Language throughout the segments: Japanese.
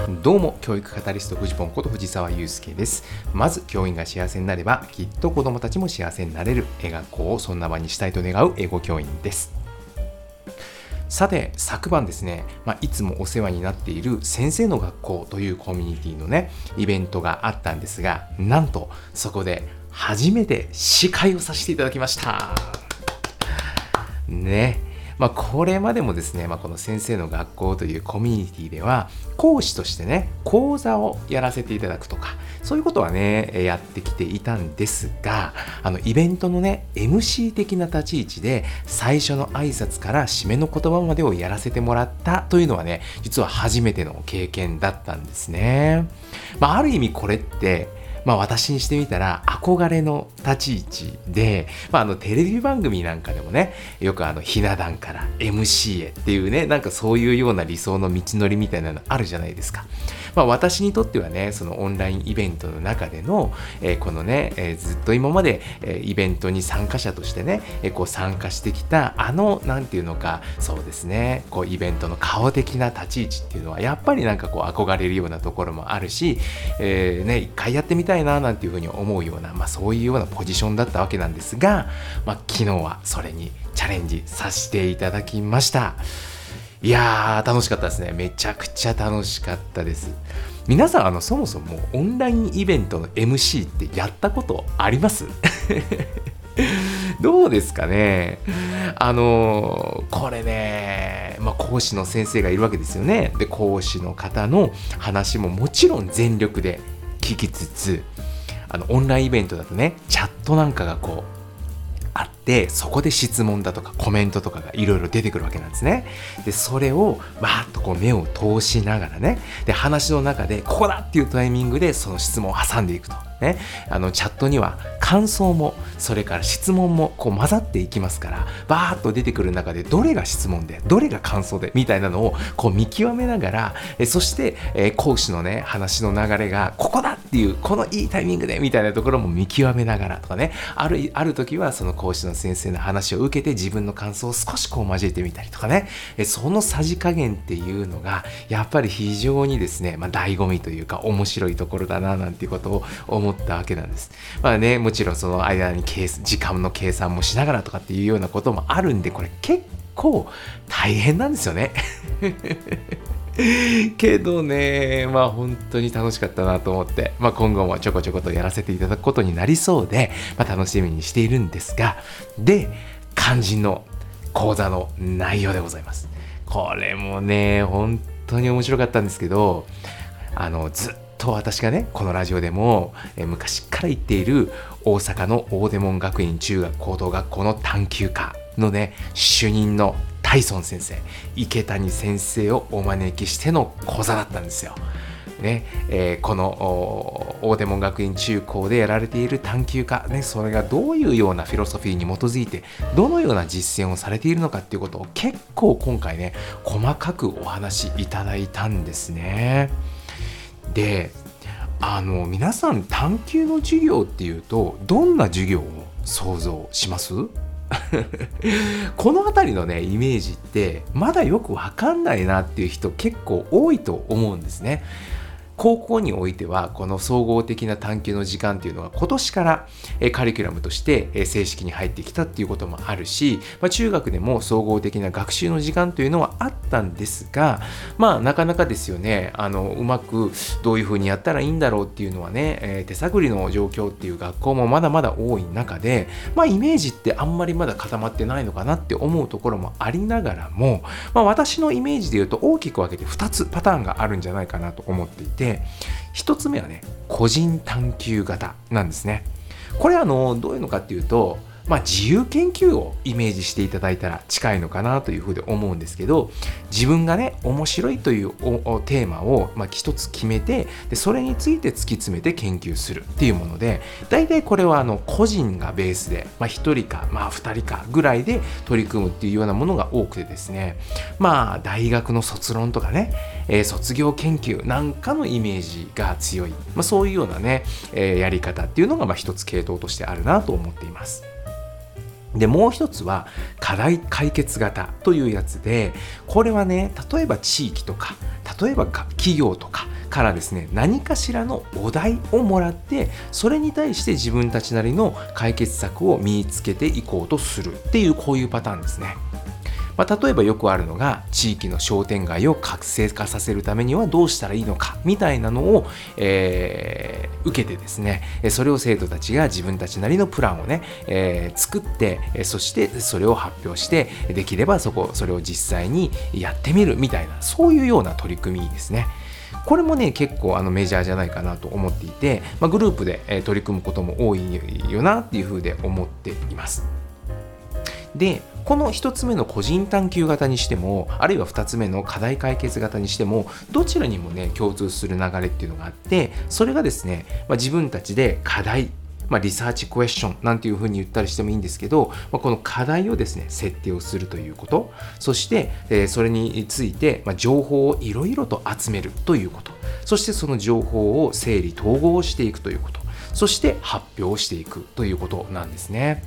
どうも、教育カタリストフジポンこと藤沢祐介です。まず教員が幸せになればきっと子どもたちも幸せになれる学校をそんな場にしたいと願う英語教員です。さて、昨晩ですね、いつもお世話になっている先生の学校というコミュニティのねイベントがあったんですが、なんとそこで初めて司会をさせていただきましたね。これまでもですね、この先生の学校というコミュニティでは講師としてね講座をやらせていただくとか、そういうことはねやってきていたんですが、イベントのね MC 的な立ち位置で最初の挨拶から締めの言葉までをやらせてもらったというのはね、実は初めての経験だったんですね。ある意味これって私にしてみたら憧れの立ち位置で、テレビ番組なんかでもねよくひな壇から MC へっていうね、なんかそういうような理想の道のりみたいなのあるじゃないですか。私にとってはね、そのオンラインイベントの中での、このね、ずっと今まで、イベントに参加者としてね、こう参加してきたなんていうのか、そうですね、こうイベントの顔的な立ち位置っていうのはやっぱりなんかこう憧れるようなところもあるし、一回やってみたいななんていうふうに思うような、そういうようなポジションだったわけなんですが、昨日はそれにチャレンジさせていただきました。いやー楽しかったですね。めちゃくちゃ楽しかったです。皆さんそもそもオンラインイベントの MC ってやったことありますどうですかね。これね、講師の先生がいるわけですよね。で、講師の方の話ももちろん全力で聞きつつ、オンラインイベントだとねチャットなんかがこうあって、そこで質問だとかコメントとかがいろいろ出てくるわけなんですね。でそれをバーッとこう目を通しながらね、で話の中でここだっていうタイミングでその質問を挟んでいくとね、チャットには感想もそれから質問もこう混ざっていきますから、バーッと出てくる中でどれが質問でどれが感想でみたいなのをこう見極めながら、そして講師のね話の流れがここだっていうこのいいタイミングでみたいなところも見極めながらとかね、ある時はその講師の先生の話を受けて自分の感想を少しこう交えてみたりとかね、そのさじ加減っていうのがやっぱり非常にですね、醍醐味というか面白いところだななんていうことを思ったわけなんです。もちろんその間に時間の計算もしながらとかっていうようなこともあるんで、これ結構大変なんですよねけどね、本当に楽しかったなと思って、今後もちょこちょことやらせていただくことになりそうで、楽しみにしているんですが、で肝心の講座の内容でございます。これもね本当に面白かったんですけど、ずっと私がねこのラジオでも昔から言っている大阪の大手門学院中学高等学校の探究科のね主任のタイソン先生、池谷先生をお招きしての講座だったんですよ。この大手門学院中高でやられている探究家、それがどういうようなフィロソフィーに基づいてどのような実践をされているのかっていうことを結構今回ね細かくお話しいただいたんですね。で皆さん探究の授業っていうとどんな授業を想像しますこのあたりのねイメージってまだよくわかんないなっていう人結構多いと思うんですね。高校においてはこの総合的な探究の時間っていうのが今年からカリキュラムとして正式に入ってきたっていうこともあるし、中学でも総合的な学習の時間というのはあったんですが、なかなかですよね、うまくどういうふうにやったらいいんだろうっていうのはね、手探りの状況っていう学校もまだまだ多い中で、イメージってあんまりまだ固まってないのかなって思うところもありながらも、私のイメージでいうと大きく分けて2つパターンがあるんじゃないかなと思っていて、一つ目はね個人探究型なんですね。これどういうのかっていうと、自由研究をイメージしていただいたら近いのかなというふうに思うんですけど、自分がね面白いというテーマを一つ決めて、でそれについて突き詰めて研究するっていうもので、大体これは個人がベースで、1人か2人かぐらいで取り組むっていうようなものが多くてですね、大学の卒論とかね、卒業研究なんかのイメージが強い、そういうようなね、やり方っていうのが一つ系統としてあるなと思っています。でもう一つは課題解決型というやつで、これはね例えば地域とか例えば企業とかからですね、何かしらのお題をもらって、それに対して自分たちなりの解決策を見つけていこうとするっていう、こういうパターンですね。例えばよくあるのが、地域の商店街を活性化させるためにはどうしたらいいのかみたいなのを、受けてですね、それを生徒たちが自分たちなりのプランをね、作って、そしてそれを発表して、できればそれを実際にやってみるみたいな、そういうような取り組みですね。これもね、結構メジャーじゃないかなと思っていて、グループで取り組むことも多いよなっていうふうで思っています。で、この1つ目の個人探求型にしても、あるいは2つ目の課題解決型にしても、どちらにもね、共通する流れっていうのがあって、それがですね、自分たちで課題、リサーチクエスチョンなんていうふうに言ったりしてもいいんですけど、この課題をですね、設定をするということ、そして、それについて、情報をいろいろと集めるということ、そしてその情報を整理統合していくということ、そして発表していくということなんですね。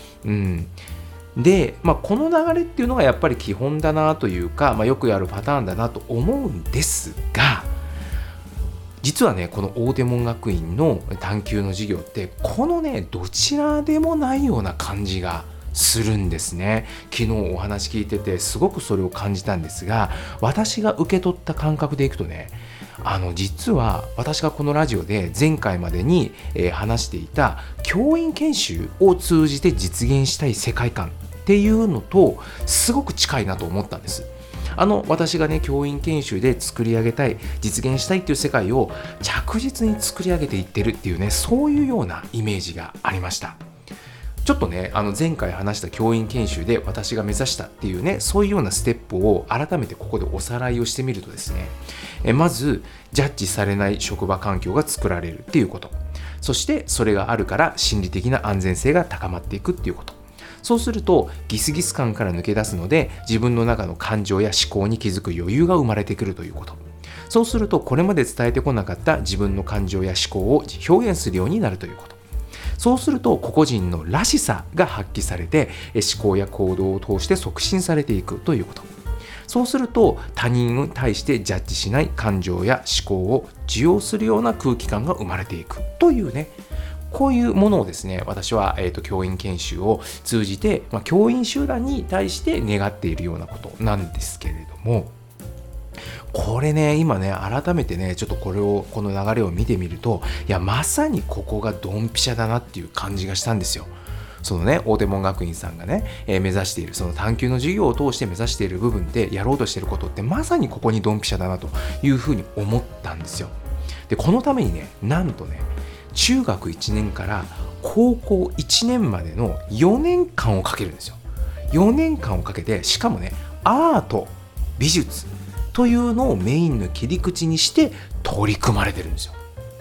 で、この流れっていうのがやっぱり基本だなというか、よくやるパターンだなと思うんですが、実はね、この大手門学院の探究の授業って、このね、どちらでもないような感じがするんですね。昨日お話聞いててすごくそれを感じたんですが、私が受け取った感覚でいくとね、実は私がこのラジオで前回までに話していた教員研修を通じて実現したい世界観っていうのとすごく近いなと思ったんです。私がね、教員研修で作り上げたい、実現したいっていう世界を着実に作り上げていってるっていうね、そういうようなイメージがありました。ちょっとね、前回話した教員研修で私が目指したっていうね、そういうようなステップを改めてここでおさらいをしてみるとですね、まずジャッジされない職場環境が作られるっていうこと、そしてそれがあるから心理的な安全性が高まっていくっていうこと、そうするとギスギス感から抜け出すので、自分の中の感情や思考に気づく余裕が生まれてくるということ、そうするとこれまで伝えてこなかった自分の感情や思考を表現するようになるということ、そうすると個々人のらしさが発揮されて、思考や行動を通して促進されていくということ、そうすると他人に対してジャッジしない感情や思考を受容するような空気感が生まれていくというね、こういうものをですね、私は、教員研修を通じて、教員集団に対して願っているようなことなんですけれども、これね、今ね、改めてね、ちょっとこの流れを見てみると、いや、まさにここがドンピシャだなっていう感じがしたんですよ。そのね、大手門学院さんがね、目指している、その探究の授業を通して目指している部分でやろうとしていることって、まさにここにドンピシャだなというふうに思ったんですよ。で、このためにね、なんとね、中学1年から高校1年までの4年間をかけるんですよ。4年間をかけて、しかもね、アート、美術というのをメインの切り口にして取り組まれてるんですよ。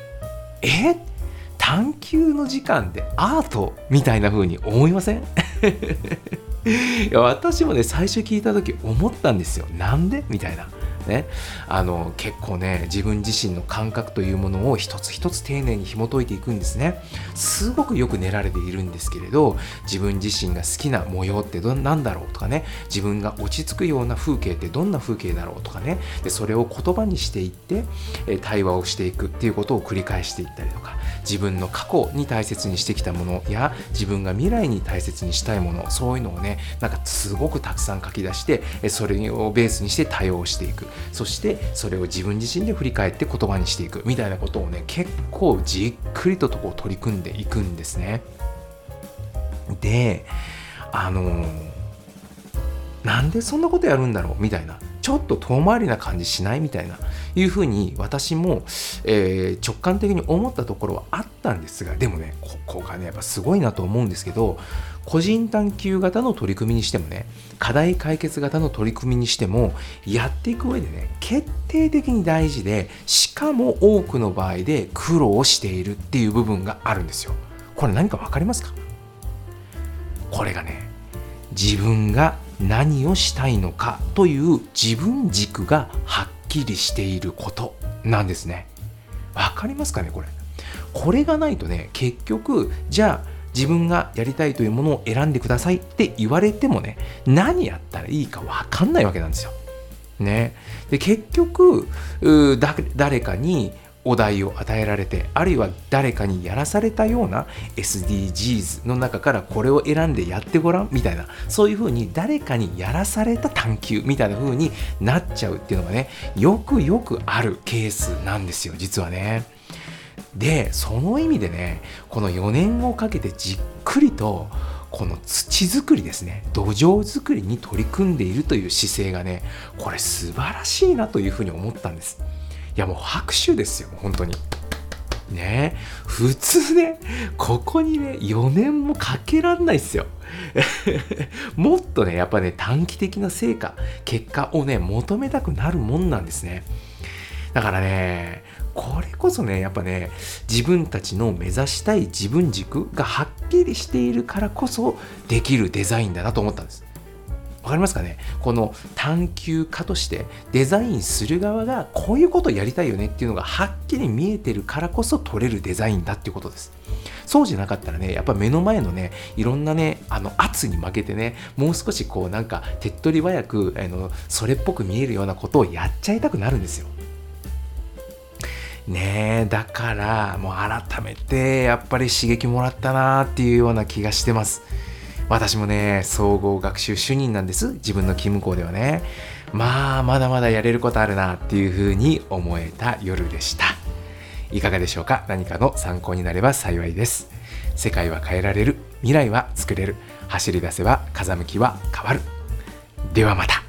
探究の時間でアートみたいな風に思いません？いや、私もね、最初聞いた時思ったんですよ。なんでみたいな。ね、結構ね、自分自身の感覚というものを一つ一つ丁寧に紐解いていくんですね。すごくよく練られているんですけれど、自分自身が好きな模様って何だろうとかね、自分が落ち着くような風景ってどんな風景だろうとかね、でそれを言葉にしていって対話をしていくっていうことを繰り返していったりとか、自分の過去に大切にしてきたものや自分が未来に大切にしたいもの、そういうのをね、なんかすごくたくさん書き出して、それをベースにして対応していく、そしてそれを自分自身で振り返って言葉にしていくみたいなことをね、結構じっくりと取り組んでいくんですね。で、なんでそんなことやるんだろうみたいな、ちょっと遠回りな感じしないみたいないうふうに私も、直感的に思ったところはあったんですが、でもね、ここがね、やっぱすごいなと思うんですけど、個人探究型の取り組みにしてもね、課題解決型の取り組みにしても、やっていく上でね、決定的に大事で、しかも多くの場合で苦労しているっていう部分があるんですよ。これ何か分かりますか？これがね、自分が何をしたいのかという自分軸がはっきりしていることなんですね。わかりますかね？これがないとね、結局じゃあ自分がやりたいというものを選んでくださいって言われてもね、何やったらいいかわかんないわけなんですよ。 ね。で結局誰かにお題を与えられて、あるいは誰かにやらされたような SDGs の中からこれを選んでやってごらんみたいな、そういう風に誰かにやらされた探求みたいな風になっちゃうっていうのがね、よくあるケースなんですよ、実はね。でその意味でね、この4年をかけてじっくりとこの土作りですね、土壌作りに取り組んでいるという姿勢がね、これ素晴らしいなというふうに思ったんです。いやもう拍手ですよ、本当にね。普通ね、ここにね4年もかけらんないですよもっとねやっぱね短期的な成果結果をね求めたくなるもんなんですね。だからね、これこそねやっぱね、自分たちの目指したい自分軸がはっきりしているからこそできるデザインだなと思ったんです。わかりますかね。この探求家としてデザインする側がこういうことをやりたいよねっていうのがはっきり見えてるからこそ取れるデザインだっていうことです。そうじゃなかったらね、やっぱ目の前のねいろんなね圧に負けてね、もう少しこうなんか手っ取り早くそれっぽく見えるようなことをやっちゃいたくなるんですよね。だからもう改めてやっぱり刺激もらったなっていうような気がしてます。私もね総合学習主任なんです、自分の勤務校ではね。まだまだやれることあるなっていうふうに思えた夜でした。いかがでしょうか。何かの参考になれば幸いです。世界は変えられる、未来は作れる、走り出せば風向きは変わる。ではまた。